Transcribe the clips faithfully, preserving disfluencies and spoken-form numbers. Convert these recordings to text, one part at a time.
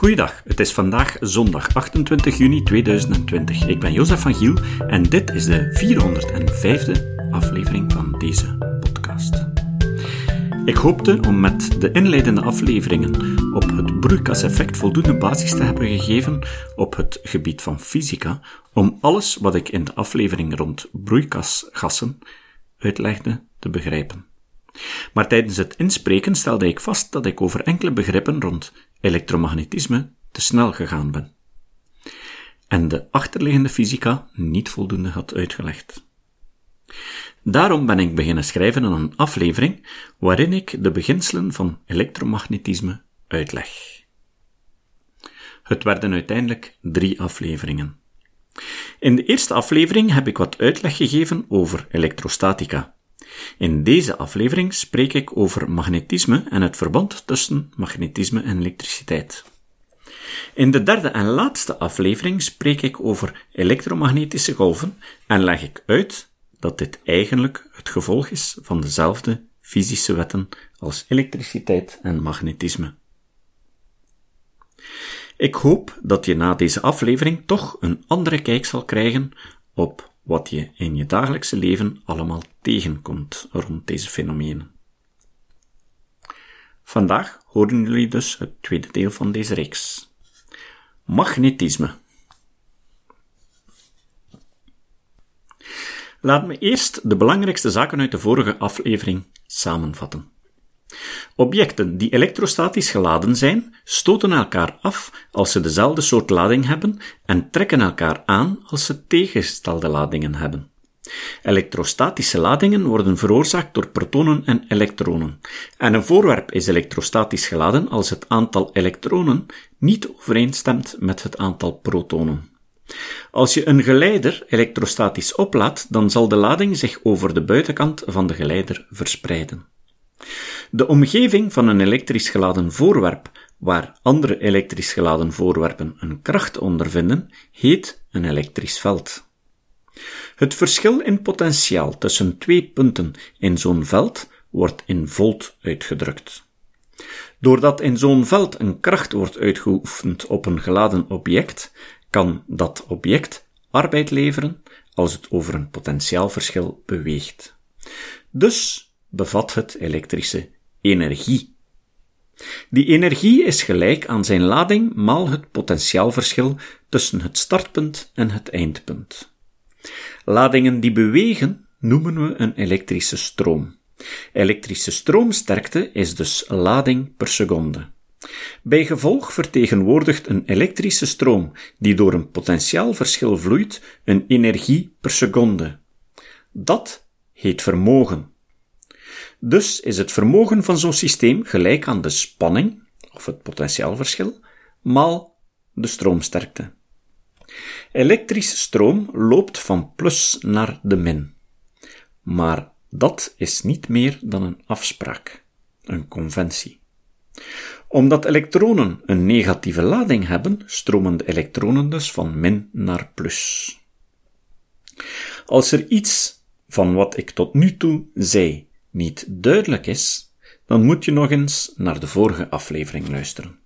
Goeiedag, het is vandaag zondag achtentwintig juni tweeduizend twintig. Ik ben Jozef van Giel en dit is de vierhonderdvijfde aflevering van deze podcast. Ik hoopte om met de inleidende afleveringen op het broeikaseffect voldoende basis te hebben gegeven op het gebied van fysica, om alles wat ik in de aflevering rond broeikasgassen uitlegde te begrijpen. Maar tijdens het inspreken stelde ik vast dat ik over enkele begrippen rond elektromagnetisme te snel gegaan ben en de achterliggende fysica niet voldoende had uitgelegd. Daarom ben ik beginnen schrijven aan een aflevering waarin ik de beginselen van elektromagnetisme uitleg. Het werden uiteindelijk drie afleveringen. In de eerste aflevering heb ik wat uitleg gegeven over elektrostatica. In deze aflevering spreek ik over magnetisme en het verband tussen magnetisme en elektriciteit. In de derde en laatste aflevering spreek ik over elektromagnetische golven en leg ik uit dat dit eigenlijk het gevolg is van dezelfde fysische wetten als elektriciteit en magnetisme. Ik hoop dat je na deze aflevering toch een andere kijk zal krijgen op wat je in je dagelijkse leven allemaal tegenkomt rond deze fenomenen. Vandaag horen jullie dus het tweede deel van deze reeks. Magnetisme. Laat me eerst de belangrijkste zaken uit de vorige aflevering samenvatten. Objecten die elektrostatisch geladen zijn, stoten elkaar af als ze dezelfde soort lading hebben en trekken elkaar aan als ze tegengestelde ladingen hebben. Elektrostatische ladingen worden veroorzaakt door protonen en elektronen, en een voorwerp is elektrostatisch geladen als het aantal elektronen niet overeenstemt met het aantal protonen. Als je een geleider elektrostatisch oplaadt, dan zal de lading zich over de buitenkant van de geleider verspreiden. De omgeving van een elektrisch geladen voorwerp, waar andere elektrisch geladen voorwerpen een kracht ondervinden, heet een elektrisch veld. Het verschil in potentiaal tussen twee punten in zo'n veld wordt in volt uitgedrukt. Doordat in zo'n veld een kracht wordt uitgeoefend op een geladen object, kan dat object arbeid leveren als het over een potentiaalverschil beweegt. Dus bevat het elektrische energie. Die energie is gelijk aan zijn lading maal het potentiaalverschil tussen het startpunt en het eindpunt. Ladingen die bewegen noemen we een elektrische stroom. Elektrische stroomsterkte is dus lading per seconde. Bij gevolg vertegenwoordigt een elektrische stroom die door een potentiaalverschil vloeit een energie per seconde. Dat heet vermogen. Dus is het vermogen van zo'n systeem gelijk aan de spanning, of het potentiaalverschil, maal de stroomsterkte. Elektrische stroom loopt van plus naar de min. Maar dat is niet meer dan een afspraak, een conventie. Omdat elektronen een negatieve lading hebben, stromen de elektronen dus van min naar plus. Als er iets van wat ik tot nu toe zei niet duidelijk is, dan moet je nog eens naar de vorige aflevering luisteren.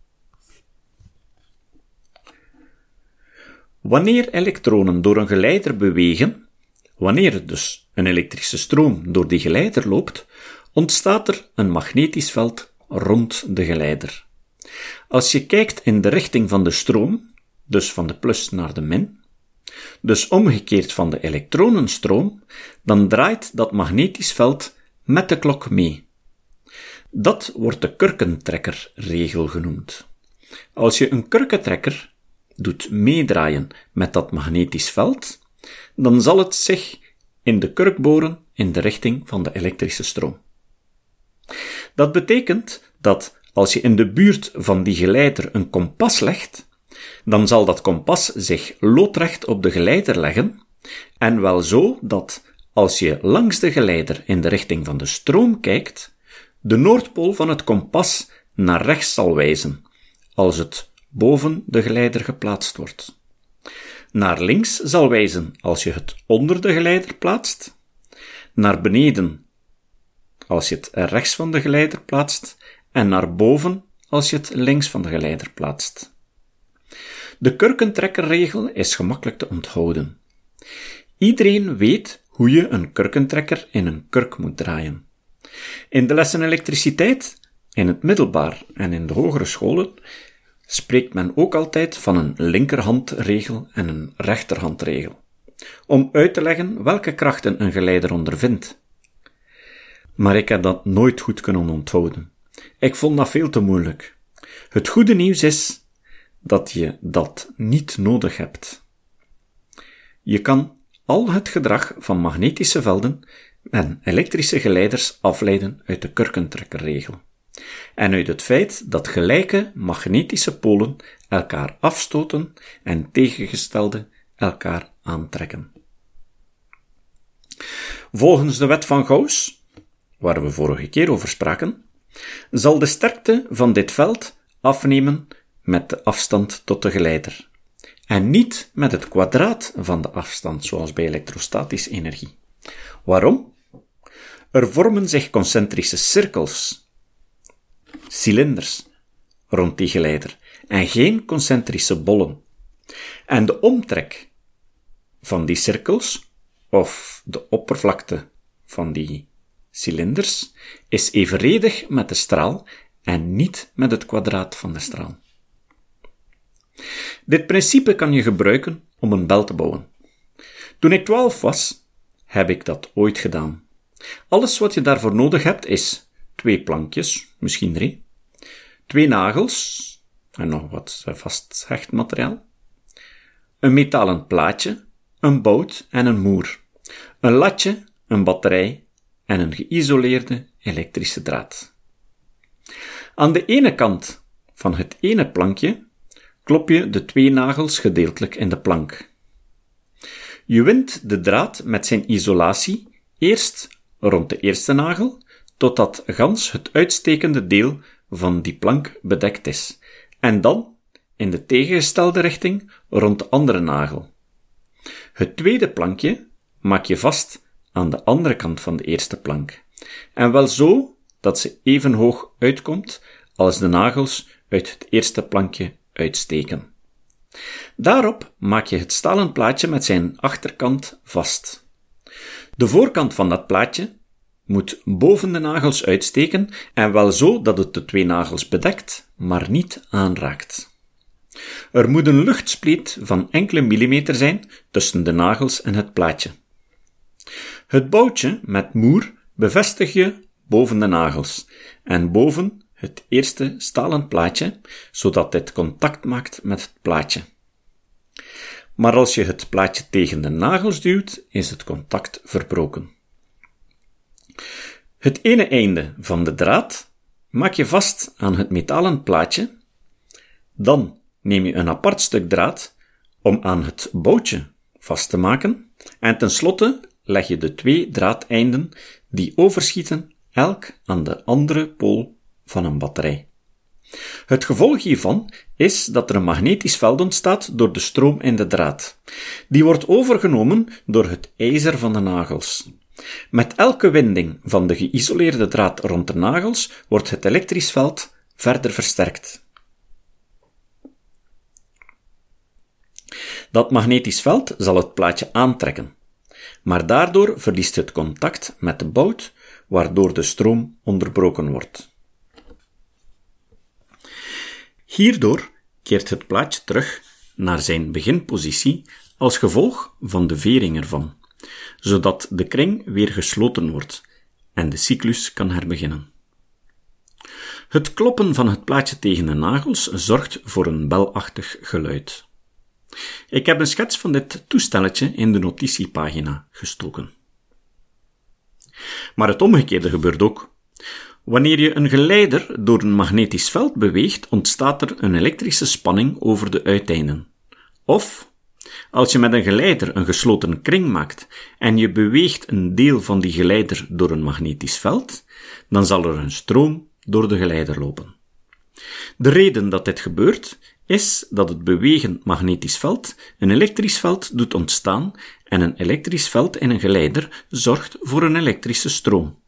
Wanneer elektronen door een geleider bewegen, wanneer er dus een elektrische stroom door die geleider loopt, ontstaat er een magnetisch veld rond de geleider. Als je kijkt in de richting van de stroom, dus van de plus naar de min, dus omgekeerd van de elektronenstroom, dan draait dat magnetisch veld met de klok mee. Dat wordt de kurkentrekkerregel genoemd. Als je een kurkentrekker doet meedraaien met dat magnetisch veld, dan zal het zich in de kurk boren in de richting van de elektrische stroom. Dat betekent dat als je in de buurt van die geleider een kompas legt, dan zal dat kompas zich loodrecht op de geleider leggen, en wel zo dat als je langs de geleider in de richting van de stroom kijkt, de noordpool van het kompas naar rechts zal wijzen, als het boven de geleider geplaatst wordt. Naar links zal wijzen als je het onder de geleider plaatst, naar beneden als je het rechts van de geleider plaatst en naar boven als je het links van de geleider plaatst. De kurkentrekkerregel is gemakkelijk te onthouden. Iedereen weet hoe je een kurkentrekker in een kurk moet draaien. In de lessen elektriciteit, in het middelbaar en in de hogere scholen, spreekt men ook altijd van een linkerhandregel en een rechterhandregel, om uit te leggen welke krachten een geleider ondervindt. Maar ik heb dat nooit goed kunnen onthouden. Ik vond dat veel te moeilijk. Het goede nieuws is dat je dat niet nodig hebt. Je kan al het gedrag van magnetische velden en elektrische geleiders afleiden uit de kurkentrekkerregel. En uit het feit dat gelijke magnetische polen elkaar afstoten en tegengestelde elkaar aantrekken. Volgens de wet van Gauss, waar we vorige keer over spraken, zal de sterkte van dit veld afnemen met de afstand tot de geleider, en niet met het kwadraat van de afstand, zoals bij elektrostatische energie. Waarom? Er vormen zich concentrische cirkels, cilinders, rond die geleider, en geen concentrische bollen. En de omtrek van die cirkels, of de oppervlakte van die cilinders, is evenredig met de straal en niet met het kwadraat van de straal. Dit principe kan je gebruiken om een bel te bouwen. Toen ik twaalf was, heb ik dat ooit gedaan. Alles wat je daarvoor nodig hebt is twee plankjes, misschien drie, twee nagels en nog wat vasthechtmateriaal, een metalen plaatje, een bout en een moer, een latje, een batterij en een geïsoleerde elektrische draad. Aan de ene kant van het ene plankje klop je de twee nagels gedeeltelijk in de plank. Je windt de draad met zijn isolatie eerst rond de eerste nagel, totdat gans het uitstekende deel van die plank bedekt is, en dan in de tegengestelde richting rond de andere nagel. Het tweede plankje maak je vast aan de andere kant van de eerste plank, en wel zo dat ze even hoog uitkomt als de nagels uit het eerste plankje uitsteken. Daarop maak je het stalen plaatje met zijn achterkant vast. De voorkant van dat plaatje moet boven de nagels uitsteken en wel zo dat het de twee nagels bedekt, maar niet aanraakt. Er moet een luchtspleet van enkele millimeter zijn tussen de nagels en het plaatje. Het boutje met moer bevestig je boven de nagels en boven het eerste stalen plaatje, zodat dit contact maakt met het plaatje. Maar als je het plaatje tegen de nagels duwt, is het contact verbroken. Het ene einde van de draad maak je vast aan het metalen plaatje, dan neem je een apart stuk draad om aan het boutje vast te maken, en tenslotte leg je de twee draadeinden die overschieten elk aan de andere pool van een batterij. Het gevolg hiervan is dat er een magnetisch veld ontstaat door de stroom in de draad. Die wordt overgenomen door het ijzer van de nagels. Met elke winding van de geïsoleerde draad rond de nagels wordt het elektrisch veld verder versterkt. Dat magnetisch veld zal het plaatje aantrekken, maar daardoor verliest het contact met de bout, waardoor de stroom onderbroken wordt. Hierdoor keert het plaatje terug naar zijn beginpositie als gevolg van de vering ervan, zodat de kring weer gesloten wordt en de cyclus kan herbeginnen. Het kloppen van het plaatje tegen de nagels zorgt voor een belachtig geluid. Ik heb een schets van dit toestelletje in de notitiepagina gestoken. Maar het omgekeerde gebeurt ook. Wanneer je een geleider door een magnetisch veld beweegt, ontstaat er een elektrische spanning over de uiteinden. Of, als je met een geleider een gesloten kring maakt en je beweegt een deel van die geleider door een magnetisch veld, dan zal er een stroom door de geleider lopen. De reden dat dit gebeurt, is dat het bewegend magnetisch veld een elektrisch veld doet ontstaan en een elektrisch veld in een geleider zorgt voor een elektrische stroom.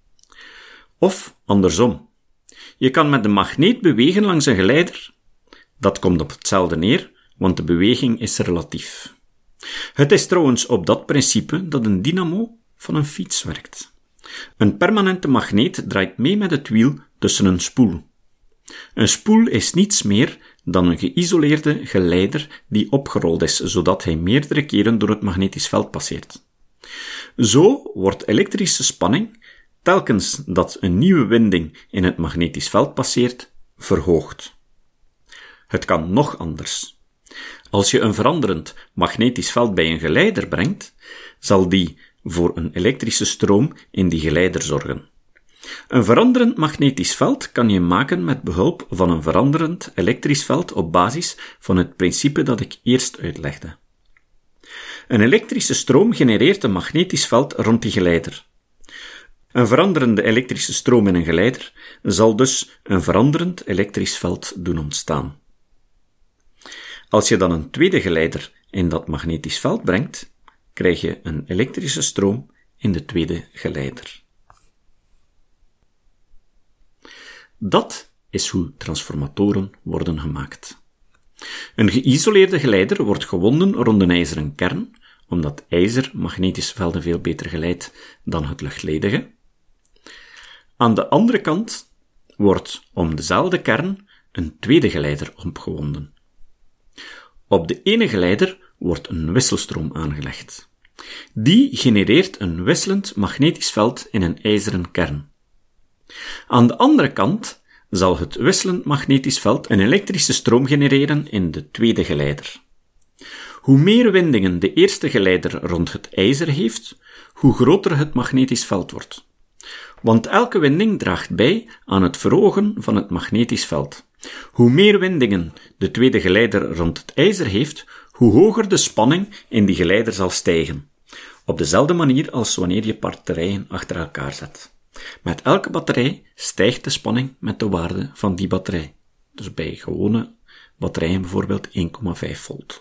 Of andersom. Je kan met een magneet bewegen langs een geleider, Dat komt op hetzelfde neer, want de beweging is relatief. Het is trouwens op dat principe dat een dynamo van een fiets werkt. Een permanente magneet draait mee met het wiel tussen een spoel. Een spoel is niets meer dan een geïsoleerde geleider die opgerold is, zodat hij meerdere keren door het magnetisch veld passeert. Zo wordt elektrische spanning, telkens dat een nieuwe winding in het magnetisch veld passeert, verhoogd. Het kan nog anders. Als je een veranderend magnetisch veld bij een geleider brengt, zal die voor een elektrische stroom in die geleider zorgen. Een veranderend magnetisch veld kan je maken met behulp van een veranderend elektrisch veld op basis van het principe dat ik eerst uitlegde. Een elektrische stroom genereert een magnetisch veld rond die geleider. Een veranderende elektrische stroom in een geleider zal dus een veranderend elektrisch veld doen ontstaan. Als je dan een tweede geleider in dat magnetisch veld brengt, krijg je een elektrische stroom in de tweede geleider. Dat is hoe transformatoren worden gemaakt. Een geïsoleerde geleider wordt gewonden rond een ijzeren kern, omdat ijzer magnetische velden veel beter geleidt dan het luchtledige. Aan de andere kant wordt om dezelfde kern een tweede geleider opgewonden. Op de ene geleider wordt een wisselstroom aangelegd. Die genereert een wisselend magnetisch veld in een ijzeren kern. Aan de andere kant zal het wisselend magnetisch veld een elektrische stroom genereren in de tweede geleider. Hoe meer windingen de eerste geleider rond het ijzer heeft, hoe groter het magnetisch veld wordt. Want elke winding draagt bij aan het verhogen van het magnetisch veld. Hoe meer windingen de tweede geleider rond het ijzer heeft, hoe hoger de spanning in die geleider zal stijgen. Op dezelfde manier als wanneer je batterijen achter elkaar zet. Met elke batterij stijgt de spanning met de waarde van die batterij. Dus bij gewone batterijen bijvoorbeeld één komma vijf volt.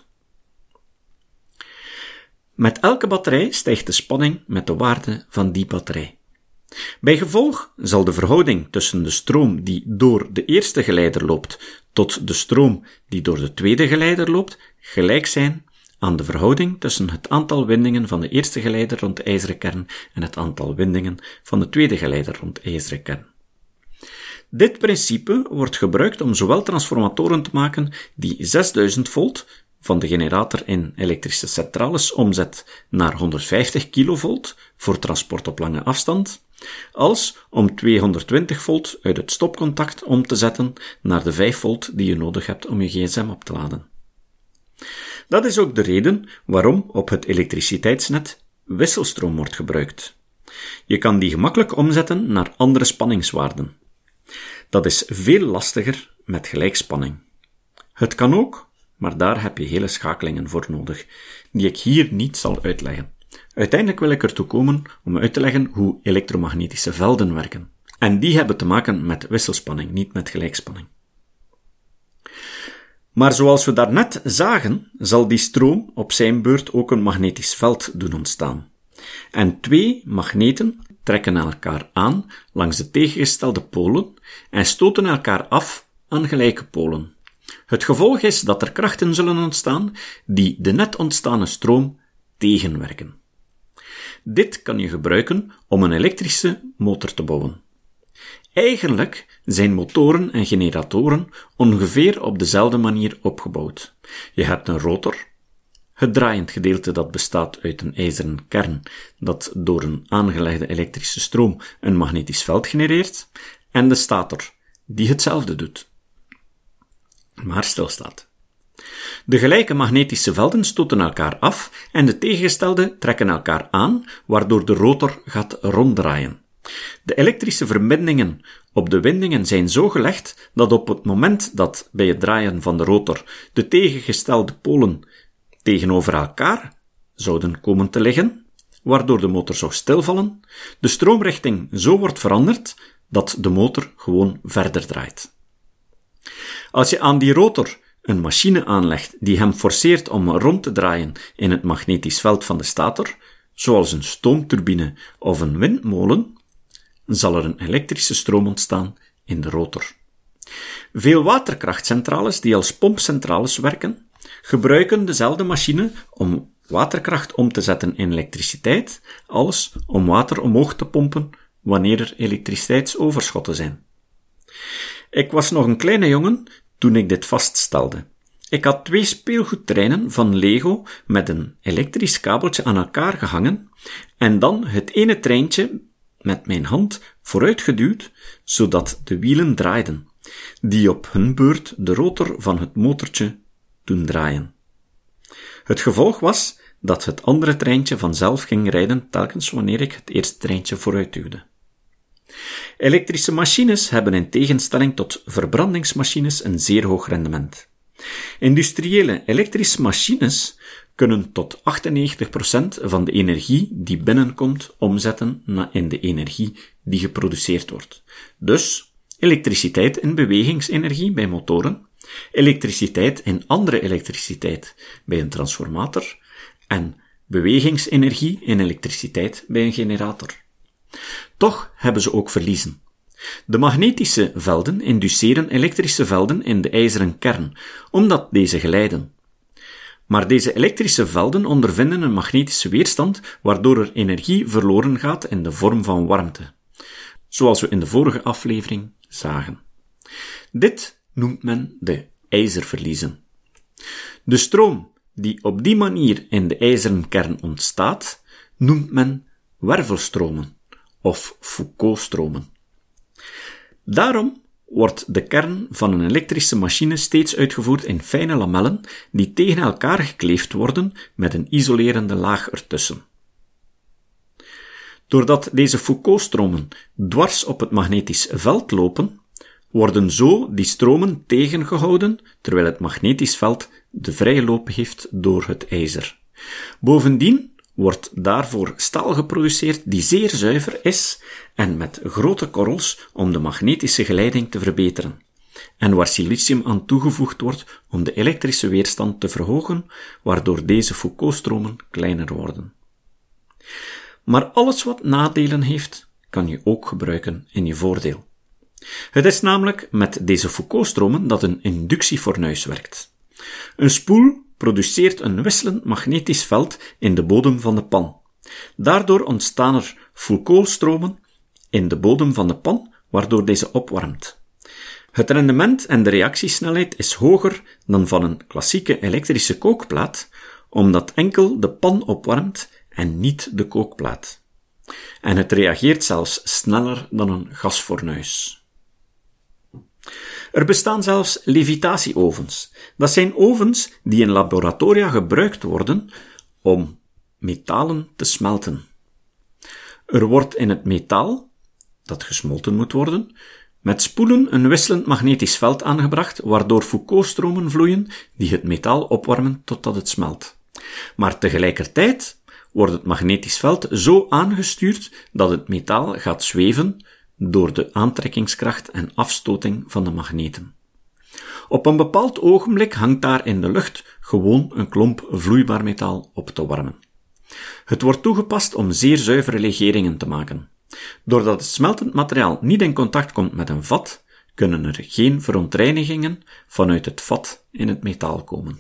Met elke batterij stijgt de spanning met de waarde van die batterij. Bij gevolg zal de verhouding tussen de stroom die door de eerste geleider loopt tot de stroom die door de tweede geleider loopt gelijk zijn aan de verhouding tussen het aantal windingen van de eerste geleider rond de ijzeren kern en het aantal windingen van de tweede geleider rond de ijzeren kern. Dit principe wordt gebruikt om zowel transformatoren te maken die zesduizend volt van de generator in elektrische centrales omzet naar honderdvijftig kilovolt voor transport op lange afstand, als om tweehonderdtwintig volt uit het stopcontact om te zetten naar de vijf volt die je nodig hebt om je gsm op te laden. Dat is ook de reden waarom op het elektriciteitsnet wisselstroom wordt gebruikt. Je kan die gemakkelijk omzetten naar andere spanningswaarden. Dat is veel lastiger met gelijkspanning. Het kan ook, maar daar heb je hele schakelingen voor nodig, die ik hier niet zal uitleggen. Uiteindelijk wil ik ertoe komen om uit te leggen hoe elektromagnetische velden werken. En die hebben te maken met wisselspanning, niet met gelijkspanning. Maar zoals we daarnet zagen, zal die stroom op zijn beurt ook een magnetisch veld doen ontstaan. En twee magneten trekken elkaar aan langs de tegengestelde polen en stoten elkaar af aan gelijke polen. Het gevolg is dat er krachten zullen ontstaan die de net ontstane stroom tegenwerken. Dit kan je gebruiken om een elektrische motor te bouwen. Eigenlijk zijn motoren en generatoren ongeveer op dezelfde manier opgebouwd. Je hebt een rotor, het draaiend gedeelte dat bestaat uit een ijzeren kern dat door een aangelegde elektrische stroom een magnetisch veld genereert, en de stator, die hetzelfde doet, maar stilstaat. De gelijke magnetische velden stoten elkaar af en de tegengestelde trekken elkaar aan, waardoor de rotor gaat ronddraaien. De elektrische verbindingen op de windingen zijn zo gelegd dat op het moment dat bij het draaien van de rotor de tegengestelde polen tegenover elkaar zouden komen te liggen, waardoor de motor zou stilvallen, de stroomrichting zo wordt veranderd dat de motor gewoon verder draait. Als je aan die rotor een machine aanlegt die hem forceert om rond te draaien in het magnetisch veld van de stator, zoals een stoomturbine of een windmolen, zal er een elektrische stroom ontstaan in de rotor. Veel waterkrachtcentrales die als pompcentrales werken, gebruiken dezelfde machine om waterkracht om te zetten in elektriciteit, als om water omhoog te pompen wanneer er elektriciteitsoverschotten zijn. Ik was nog een kleine jongen toen ik dit vaststelde. Ik had twee speelgoedtreinen van Lego met een elektrisch kabeltje aan elkaar gehangen en dan het ene treintje met mijn hand vooruitgeduwd, zodat de wielen draaiden, die op hun beurt de rotor van het motortje doen draaien. Het gevolg was dat het andere treintje vanzelf ging rijden telkens wanneer ik het eerste treintje vooruitduwde. Elektrische machines hebben in tegenstelling tot verbrandingsmachines een zeer hoog rendement. Industriële elektrische machines kunnen tot achtennegentig procent van de energie die binnenkomt omzetten in de energie die geproduceerd wordt. Dus elektriciteit in bewegingsenergie bij motoren, elektriciteit in andere elektriciteit bij een transformator en bewegingsenergie in elektriciteit bij een generator. Toch hebben ze ook verliezen. De magnetische velden induceren elektrische velden in de ijzeren kern, omdat deze glijden. Maar deze elektrische velden ondervinden een magnetische weerstand, waardoor er energie verloren gaat in de vorm van warmte, zoals we in de vorige aflevering zagen. Dit noemt men de ijzerverliezen. De stroom die op die manier in de ijzeren kern ontstaat, noemt men wervelstromen of Foucault-stromen. Daarom wordt de kern van een elektrische machine steeds uitgevoerd in fijne lamellen die tegen elkaar gekleefd worden met een isolerende laag ertussen. Doordat deze Foucault-stromen dwars op het magnetisch veld lopen, worden zo die stromen tegengehouden, terwijl het magnetisch veld de vrije loop heeft door het ijzer. Bovendien wordt daarvoor staal geproduceerd die zeer zuiver is en met grote korrels om de magnetische geleiding te verbeteren, en waar silicium aan toegevoegd wordt om de elektrische weerstand te verhogen, waardoor deze Foucault-stromen kleiner worden. Maar alles wat nadelen heeft, kan je ook gebruiken in je voordeel. Het is namelijk met deze Foucault-stromen dat een inductiefornuis werkt. Een spoel produceert een wisselend magnetisch veld in de bodem van de pan. Daardoor ontstaan er Foucault-stromen in de bodem van de pan, waardoor deze opwarmt. Het rendement en de reactiesnelheid is hoger dan van een klassieke elektrische kookplaat, omdat enkel de pan opwarmt en niet de kookplaat. En het reageert zelfs sneller dan een gasfornuis. Er bestaan zelfs levitatieovens. Dat zijn ovens die in laboratoria gebruikt worden om metalen te smelten. Er wordt in het metaal, dat gesmolten moet worden, met spoelen een wisselend magnetisch veld aangebracht, waardoor Foucault-stromen vloeien die het metaal opwarmen totdat het smelt. Maar tegelijkertijd wordt het magnetisch veld zo aangestuurd dat het metaal gaat zweven door de aantrekkingskracht en afstoting van de magneten. Op een bepaald ogenblik hangt daar in de lucht gewoon een klomp vloeibaar metaal op te warmen. Het wordt toegepast om zeer zuivere legeringen te maken. Doordat het smeltend materiaal niet in contact komt met een vat, kunnen er geen verontreinigingen vanuit het vat in het metaal komen.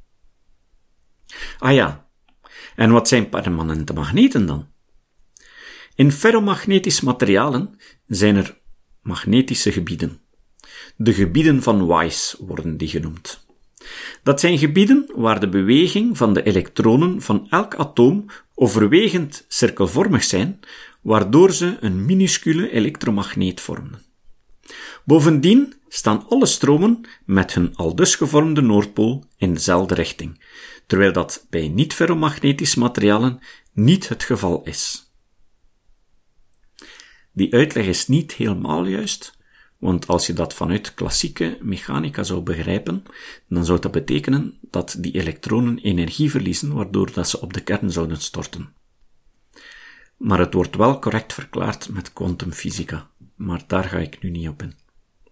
Ah ja, en wat zijn permanente magneten dan? In ferromagnetische materialen zijn er magnetische gebieden. De gebieden van Weiss worden die genoemd. Dat zijn gebieden waar de beweging van de elektronen van elk atoom overwegend cirkelvormig zijn, waardoor ze een minuscule elektromagneet vormen. Bovendien staan alle stromen met hun aldus gevormde noordpool in dezelfde richting, terwijl dat bij niet-ferromagnetische materialen niet het geval is. Die uitleg is niet helemaal juist, want als je dat vanuit klassieke mechanica zou begrijpen, dan zou dat betekenen dat die elektronen energie verliezen, waardoor dat ze op de kern zouden storten. Maar het wordt wel correct verklaard met kwantumfysica, maar daar ga ik nu niet op in.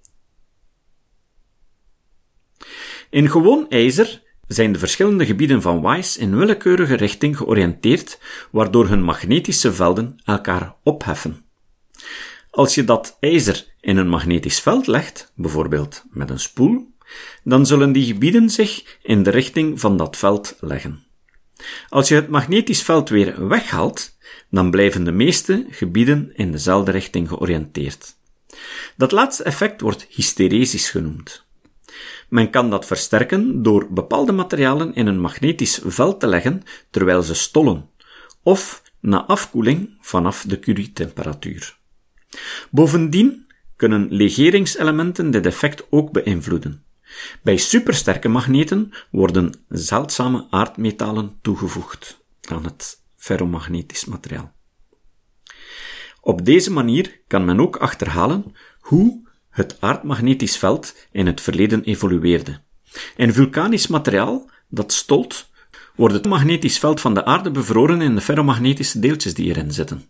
In gewoon ijzer zijn de verschillende gebieden van Weiss in willekeurige richting georiënteerd, waardoor hun magnetische velden elkaar opheffen. Als je dat ijzer in een magnetisch veld legt, bijvoorbeeld met een spoel, dan zullen die gebieden zich in de richting van dat veld leggen. Als je het magnetisch veld weer weghaalt, dan blijven de meeste gebieden in dezelfde richting georiënteerd. Dat laatste effect wordt hysteresis genoemd. Men kan dat versterken door bepaalde materialen in een magnetisch veld te leggen terwijl ze stollen, of na afkoeling vanaf de Curie-temperatuur. Bovendien kunnen legeringselementen dit effect ook beïnvloeden. Bij supersterke magneten worden zeldzame aardmetalen toegevoegd aan het ferromagnetisch materiaal. Op deze manier kan men ook achterhalen hoe het aardmagnetisch veld in het verleden evolueerde. In vulkanisch materiaal dat stolt, wordt het magnetisch veld van de aarde bevroren in de ferromagnetische deeltjes die erin zitten.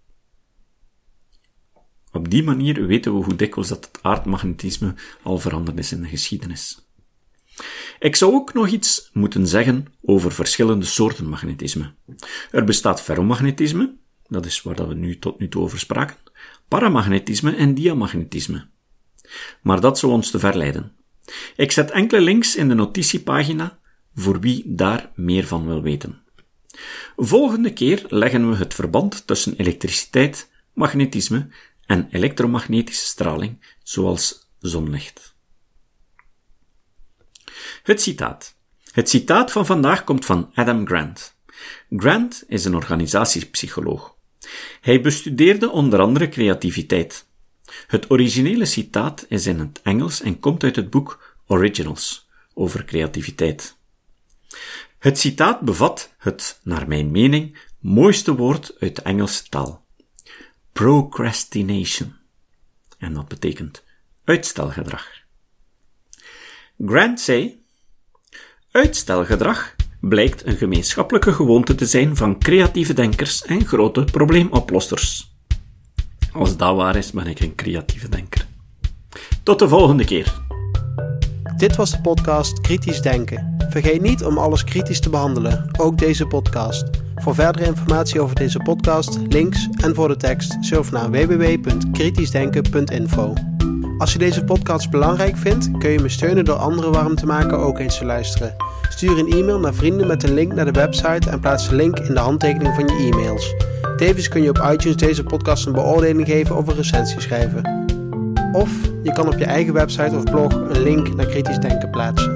Op die manier weten we hoe dikwijls dat het aardmagnetisme al veranderd is in de geschiedenis. Ik zou ook nog iets moeten zeggen over verschillende soorten magnetisme. Er bestaat ferromagnetisme, dat is waar we nu tot nu toe over spraken, paramagnetisme en diamagnetisme. Maar dat zou ons te ver leiden. Ik zet enkele links in de notitiepagina voor wie daar meer van wil weten. Volgende keer leggen we het verband tussen elektriciteit, magnetisme en elektromagnetische straling, zoals zonlicht. Het citaat. Het citaat van vandaag komt van Adam Grant. Grant is een organisatiepsycholoog. Hij bestudeerde onder andere creativiteit. Het originele citaat is in het Engels en komt uit het boek Originals over creativiteit. Het citaat bevat het, naar mijn mening, mooiste woord uit de Engelse taal. Procrastination. En dat betekent uitstelgedrag. Grant zei: uitstelgedrag blijkt een gemeenschappelijke gewoonte te zijn van creatieve denkers en grote probleemoplossers. Als dat waar is, ben ik een creatieve denker. Tot de volgende keer. Dit was de podcast Kritisch Denken. Vergeet niet om alles kritisch te behandelen, ook deze podcast. Voor verdere informatie over deze podcast, links en voor de tekst, surf naar w w w punt kritisch denken punt info. Als je deze podcast belangrijk vindt, kun je me steunen door anderen warm te maken ook eens te luisteren. Stuur een e-mail naar vrienden met een link naar de website en plaats de link in de handtekening van je e-mails. Tevens kun je op iTunes deze podcast een beoordeling geven of een recensie schrijven. Of je kan op je eigen website of blog een link naar Kritisch Denken plaatsen.